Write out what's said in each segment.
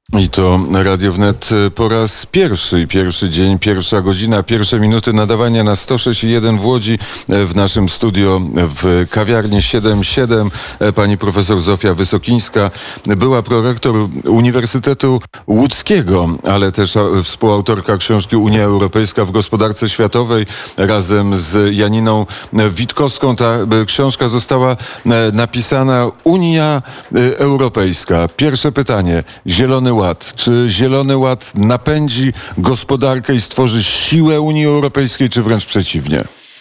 I to Radio Wnet po raz pierwszy dzień, pierwsza godzina, pierwsze minuty nadawania na 106,1 w Łodzi, w naszym studio w kawiarni 7.7. Pani profesor Zofia Wysokińska, była prorektor Uniwersytetu Łódzkiego, ale też współautorka książki Unia Europejska w gospodarce światowej razem z Janiną Witkowską. Ta książka została napisana Unia Europejska. Pierwsze pytanie. Zielony Ład. Czy Zielony Ład napędzi gospodarkę i stworzy siłę Unii Europejskiej, czy wręcz przeciwnie?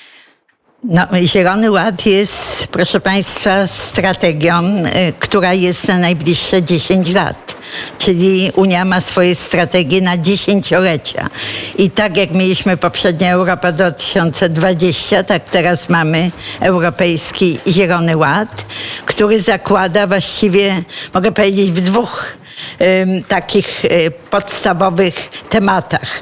Zielony Ład jest, proszę Państwa, strategią, która jest na najbliższe 10 lat. Czyli Unia ma swoje strategie na dziesięciolecia. I tak jak mieliśmy poprzednio Europa 2020, tak teraz mamy Europejski Zielony Ład, który zakłada właściwie, mogę powiedzieć, w dwóch takich podstawowych tematach.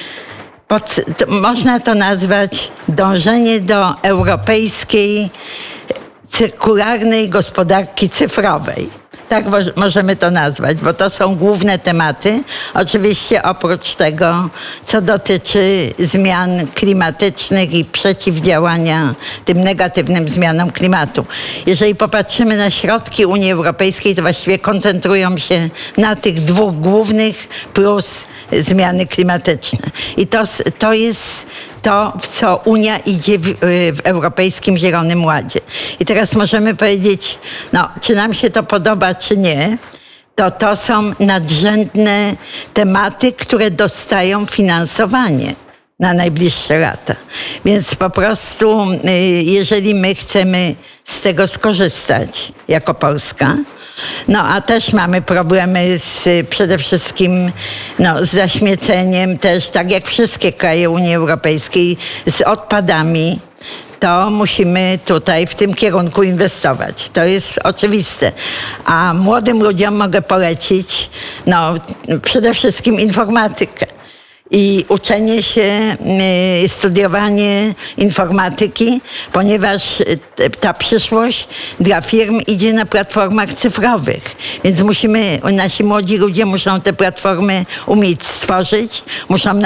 Można to nazwać dążenie do europejskiej cyrkularnej gospodarki cyfrowej. Tak możemy to nazwać, bo to są główne tematy. Oczywiście oprócz tego, co dotyczy zmian klimatycznych i przeciwdziałania tym negatywnym zmianom klimatu. Jeżeli popatrzymy na środki Unii Europejskiej, to właściwie koncentrują się na tych dwóch głównych plus zmiany klimatyczne. I to jest to, w co Unia idzie w Europejskim Zielonym Ładzie. I teraz możemy powiedzieć, czy nam się to podoba, czy nie, to są nadrzędne tematy, które dostają finansowanie na najbliższe lata. Więc po prostu, jeżeli my chcemy z tego skorzystać jako Polska, a też mamy problemy przede wszystkim z zaśmieceniem też, tak jak wszystkie kraje Unii Europejskiej, z odpadami, to musimy tutaj w tym kierunku inwestować. To jest oczywiste. A młodym ludziom mogę polecić przede wszystkim informatykę. I uczenie się, studiowanie informatyki, ponieważ ta przyszłość dla firm idzie na platformach cyfrowych. Więc nasi młodzi ludzie muszą te platformy umieć stworzyć, muszą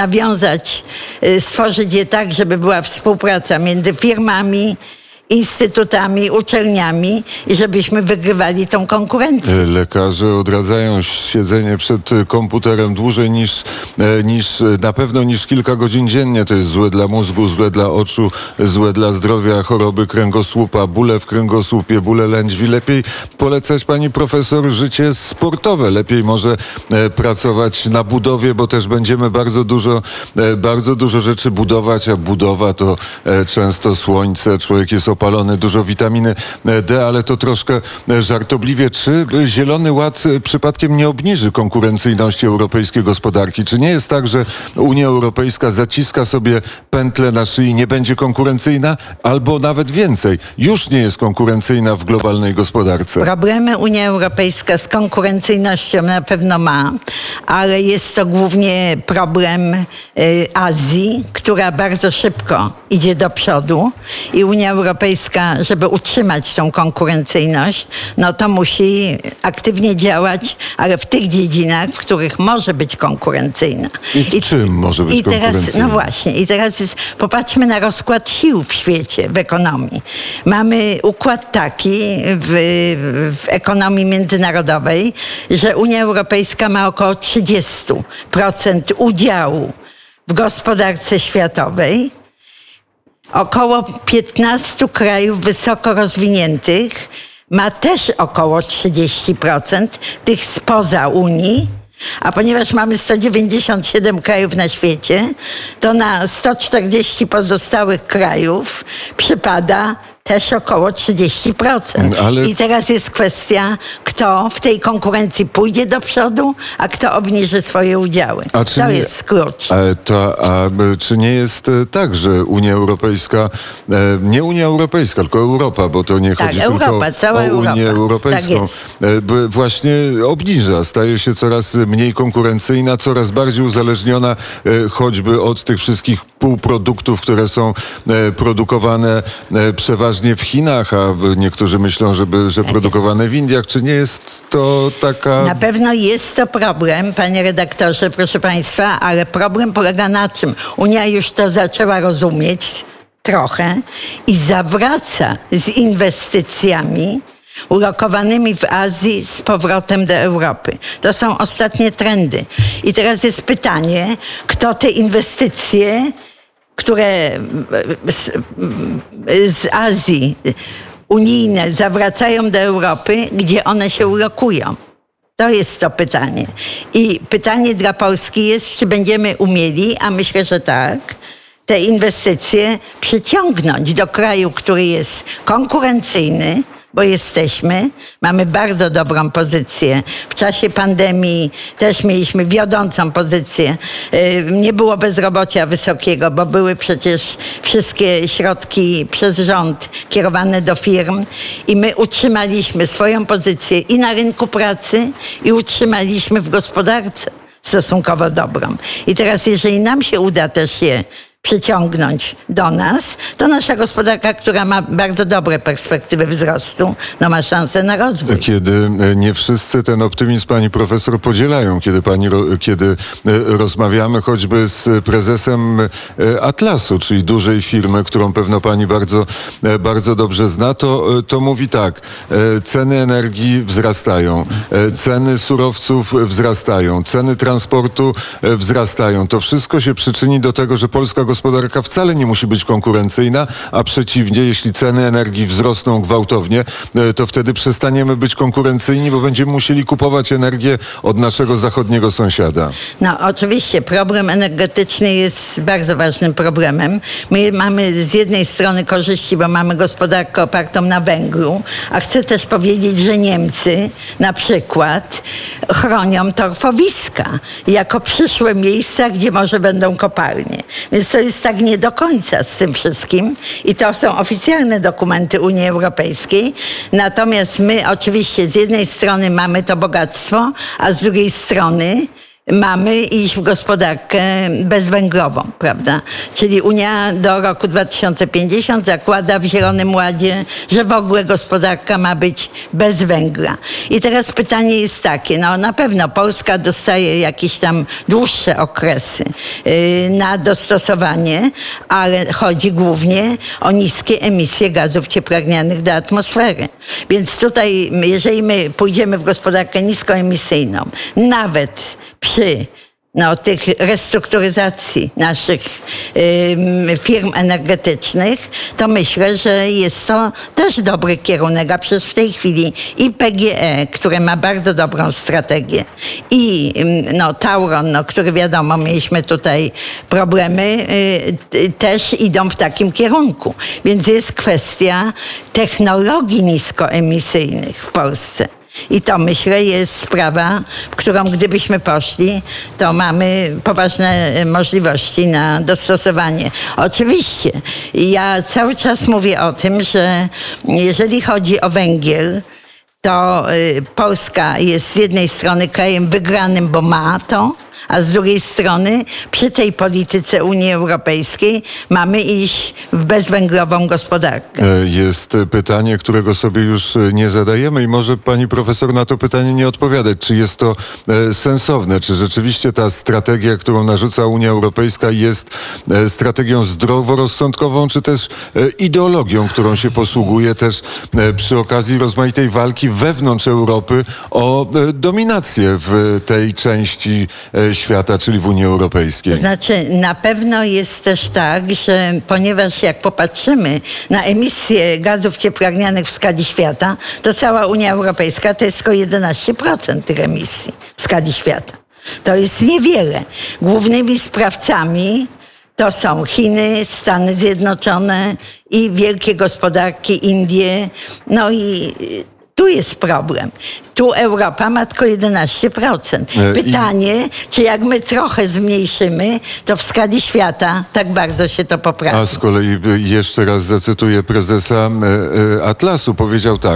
stworzyć je tak, żeby była współpraca między firmami, instytutami, uczelniami i żebyśmy wygrywali tą konkurencję. Lekarze odradzają siedzenie przed komputerem dłużej na pewno niż kilka godzin dziennie. To jest złe dla mózgu, złe dla oczu, złe dla zdrowia, choroby kręgosłupa, bóle w kręgosłupie, bóle lędźwi. Lepiej polecać, pani profesor, życie sportowe. Lepiej może pracować na budowie, bo też będziemy bardzo dużo rzeczy budować, a budowa to często słońce, człowiek jest opalony, dużo witaminy D, ale to troszkę żartobliwie. Czy Zielony Ład przypadkiem nie obniży konkurencyjności europejskiej gospodarki? Czy nie jest tak, że Unia Europejska zaciska sobie pętlę na szyi, nie będzie konkurencyjna? Albo nawet więcej, już nie jest konkurencyjna w globalnej gospodarce? Problemy Unia Europejska z konkurencyjnością na pewno ma, ale jest to głównie problem Azji, która bardzo szybko idzie do przodu i Unia Europejska, żeby utrzymać tą konkurencyjność, to musi aktywnie działać, ale w tych dziedzinach, w których może być konkurencyjna. I w czym może być konkurencyjna? Właśnie. I teraz popatrzmy na rozkład sił w świecie, w ekonomii. Mamy układ taki w ekonomii międzynarodowej, że Unia Europejska ma około 30% udziału w gospodarce światowej. Około 15 krajów wysoko rozwiniętych ma też około 30%, tych spoza Unii. A ponieważ mamy 197 krajów na świecie, to na 140 pozostałych krajów przypada też około 30%. I teraz jest kwestia, kto w tej konkurencji pójdzie do przodu, a kto obniży swoje udziały. Jest klucz. Czy nie jest tak, że Unia Europejska, nie Unia Europejska, tylko Europa, bo to nie chodzi tylko o Unię Europejską, właśnie obniża, staje się coraz mniej konkurencyjna, coraz bardziej uzależniona choćby od tych wszystkich półproduktów, które są produkowane przeważnie przeważnie w Chinach, a niektórzy myślą, że produkowane w Indiach. Czy nie jest to taka... Na pewno jest to problem, panie redaktorze, proszę państwa, ale problem polega na czym? Unia już to zaczęła rozumieć trochę i zawraca z inwestycjami ulokowanymi w Azji z powrotem do Europy. To są ostatnie trendy. I teraz jest pytanie, kto te inwestycje, które z Azji unijne zawracają do Europy, gdzie one się ulokują? To jest to pytanie. I pytanie dla Polski jest, czy będziemy umieli, a myślę, że tak, te inwestycje przyciągnąć do kraju, który jest konkurencyjny, bo mamy bardzo dobrą pozycję. W czasie pandemii też mieliśmy wiodącą pozycję. Nie było bezrobocia wysokiego, bo były przecież wszystkie środki przez rząd kierowane do firm i my utrzymaliśmy swoją pozycję i na rynku pracy, i utrzymaliśmy w gospodarce stosunkowo dobrą. I teraz, jeżeli nam się uda też je przyciągnąć do nas, to nasza gospodarka, która ma bardzo dobre perspektywy wzrostu, ma szansę na rozwój. Kiedy nie wszyscy ten optymizm pani profesor podzielają, kiedy rozmawiamy choćby z prezesem Atlasu, czyli dużej firmy, którą pewno pani bardzo dobrze zna, to mówi tak: ceny energii wzrastają, ceny surowców wzrastają, ceny transportu wzrastają. To wszystko się przyczyni do tego, że polska gospodarka wcale nie musi być konkurencyjna, a przeciwnie, jeśli ceny energii wzrosną gwałtownie, to wtedy przestaniemy być konkurencyjni, bo będziemy musieli kupować energię od naszego zachodniego sąsiada. No oczywiście problem energetyczny jest bardzo ważnym problemem. My mamy z jednej strony korzyści, bo mamy gospodarkę opartą na węglu, a chcę też powiedzieć, że Niemcy na przykład chronią torfowiska jako przyszłe miejsca, gdzie może będą kopalnie. Więc to jest tak nie do końca z tym wszystkim i to są oficjalne dokumenty Unii Europejskiej. Natomiast my oczywiście z jednej strony mamy to bogactwo, a z drugiej strony mamy iść w gospodarkę bezwęglową, prawda? Czyli Unia do roku 2050 zakłada w Zielonym Ładzie, że w ogóle gospodarka ma być bez węgla. I teraz pytanie jest takie, na pewno Polska dostaje jakieś tam dłuższe okresy na dostosowanie, ale chodzi głównie o niskie emisje gazów cieplarnianych do atmosfery. Więc tutaj, jeżeli my pójdziemy w gospodarkę niskoemisyjną, nawet przy tych restrukturyzacji naszych firm energetycznych, to myślę, że jest to też dobry kierunek, a przecież w tej chwili i PGE, które ma bardzo dobrą strategię, i Tauron, który wiadomo, mieliśmy tutaj problemy, też idą w takim kierunku. Więc jest kwestia technologii niskoemisyjnych w Polsce. I to, myślę, jest sprawa, w którą gdybyśmy poszli, to mamy poważne możliwości na dostosowanie. Oczywiście, ja cały czas mówię o tym, że jeżeli chodzi o węgiel, to Polska jest z jednej strony krajem wygranym, bo ma to, a z drugiej strony przy tej polityce Unii Europejskiej mamy iść w bezwęglową gospodarkę. Jest pytanie, którego sobie już nie zadajemy i może pani profesor na to pytanie nie odpowiadać. Czy jest to sensowne? Czy rzeczywiście ta strategia, którą narzuca Unia Europejska, jest strategią zdroworozsądkową, czy też ideologią, którą się posługuje też przy okazji rozmaitej walki wewnątrz Europy o dominację w tej części świata, czyli w Unii Europejskiej? Znaczy, na pewno jest też tak, że ponieważ jak popatrzymy na emisję gazów cieplarnianych w skali świata, to cała Unia Europejska to jest tylko 11% tych emisji w skali świata. To jest niewiele. Głównymi sprawcami to są Chiny, Stany Zjednoczone i wielkie gospodarki, Indie, i tu jest problem. Tu Europa ma tylko 11%. Pytanie, czy jak my trochę zmniejszymy, to w skali świata tak bardzo się to poprawi. A z kolei jeszcze raz zacytuję prezesa Atlasu. Powiedział tak: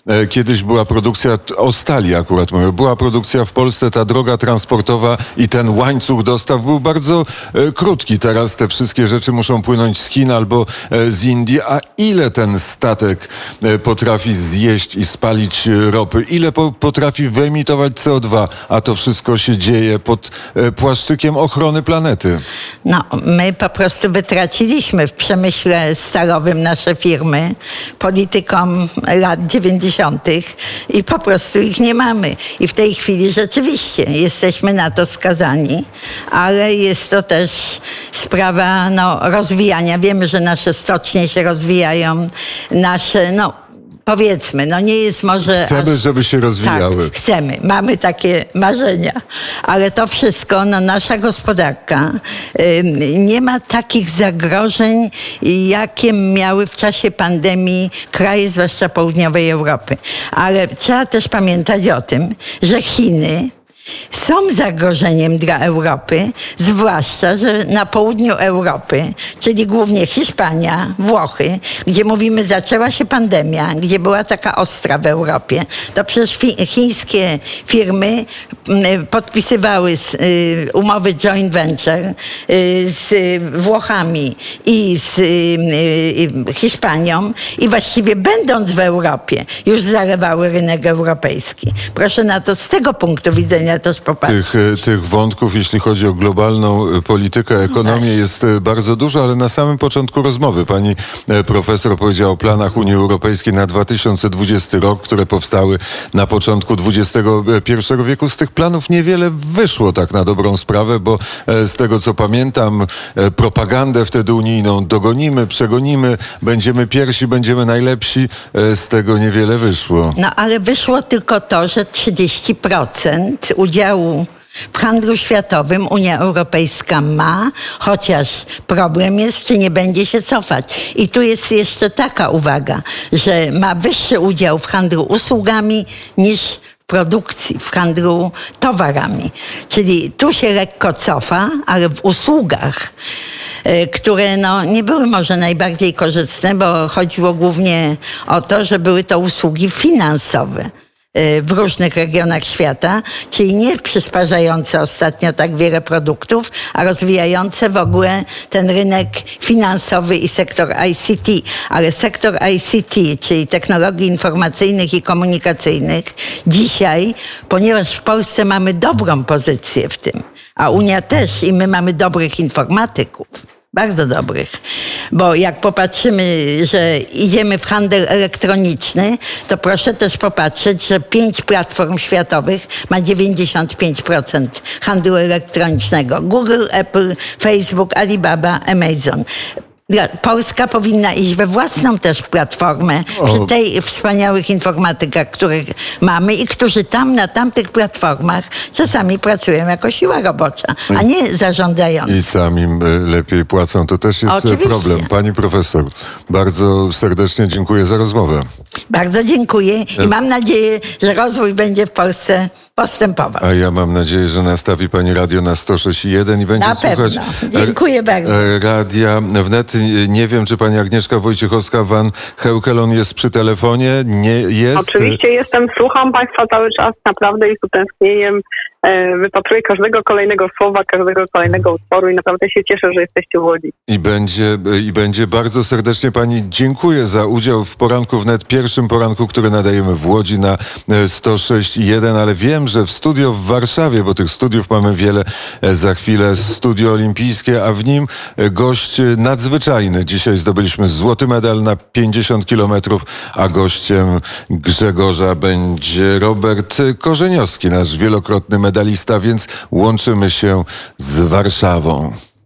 kiedyś była produkcja, o stali akurat mówię, była produkcja w Polsce, ta droga transportowa i ten łańcuch dostaw był bardzo krótki. Teraz te wszystkie rzeczy muszą płynąć z Chin albo z Indii. A ile ten statek potrafi zjeść i spalić ropy? Ile potrafi wyemitować CO2? A to wszystko się dzieje pod płaszczykiem ochrony planety. No, my po prostu wytraciliśmy w przemyśle stalowym nasze firmy politykom lat 90. i po prostu ich nie mamy. I w tej chwili rzeczywiście jesteśmy na to skazani, ale jest to też sprawa rozwijania. Wiemy, że nasze stocznie się rozwijają, nasze, powiedzmy, nie jest może... Chcemy, żeby się rozwijały. Tak, chcemy, mamy takie marzenia, ale to wszystko, nasza gospodarka nie ma takich zagrożeń, jakie miały w czasie pandemii kraje, zwłaszcza południowej Europy. Ale trzeba też pamiętać o tym, że Chiny są zagrożeniem dla Europy, zwłaszcza, że na południu Europy, czyli głównie Hiszpania, Włochy, gdzie mówimy, zaczęła się pandemia, gdzie była taka ostra w Europie, to przecież chińskie firmy podpisywały umowy joint venture z Włochami i z Hiszpanią i właściwie będąc w Europie już zalewały rynek europejski. Proszę na to z tego punktu widzenia też popatrzeć. Tych wątków, jeśli chodzi o globalną politykę, ekonomię, jest bardzo dużo, ale na samym początku rozmowy pani profesor powiedziała o planach Unii Europejskiej na 2020 rok, które powstały na początku XXI wieku. Z tych planów niewiele wyszło tak na dobrą sprawę, bo z tego co pamiętam, propagandę wtedy unijną dogonimy, przegonimy, będziemy pierwsi, będziemy najlepsi. Z tego niewiele wyszło. Ale wyszło tylko to, że 30% udziału w handlu światowym Unia Europejska ma, chociaż problem jest, czy nie będzie się cofać. I tu jest jeszcze taka uwaga, że ma wyższy udział w handlu usługami niż w produkcji, w handlu towarami. Czyli tu się lekko cofa, ale w usługach, które nie były może najbardziej korzystne, bo chodziło głównie o to, że były to usługi finansowe w różnych regionach świata, czyli nie przysparzające ostatnio tak wiele produktów, a rozwijające w ogóle ten rynek finansowy i sektor ICT. Ale sektor ICT, czyli technologii informacyjnych i komunikacyjnych, dzisiaj, ponieważ w Polsce mamy dobrą pozycję w tym, a Unia też i my mamy dobrych informatyków, bardzo dobrych. Bo jak popatrzymy, że idziemy w handel elektroniczny, to proszę też popatrzeć, że 5 platform światowych ma 95% handlu elektronicznego. Google, Apple, Facebook, Alibaba, Amazon. Polska powinna iść we własną też platformę przy tej wspaniałych informatykach, których mamy i którzy tam na tamtych platformach czasami pracują jako siła robocza, a nie zarządzający. I tam im lepiej płacą. To też jest Oczywiście. problem. Pani profesor, bardzo serdecznie dziękuję za rozmowę. Bardzo dziękuję i mam nadzieję, że rozwój będzie w Polsce postępował. A ja mam nadzieję, że nastawi pani radio na 106,1 i będzie Na słuchać pewno. Dziękuję bardzo. Radia Wnet. Nie wiem, czy pani Agnieszka Wojciechowska-Van Heukelon jest przy telefonie. Nie jest? Oczywiście jestem, słucham państwa cały czas naprawdę i z utęsknieniem wypatruję każdego kolejnego słowa, każdego kolejnego utworu i naprawdę się cieszę, że jesteście w Łodzi. I będzie bardzo serdecznie pani dziękuję za udział w Poranku Wnet, pierwszym poranku, który nadajemy w Łodzi na 106,1, ale wiem, że w studio w Warszawie, bo tych studiów mamy wiele, za chwilę studio olimpijskie, a w nim gość nadzwyczajny. Dzisiaj zdobyliśmy złoty medal na 50 kilometrów, a gościem Grzegorza będzie Robert Korzeniowski, nasz wielokrotny medalista, więc łączymy się z Warszawą.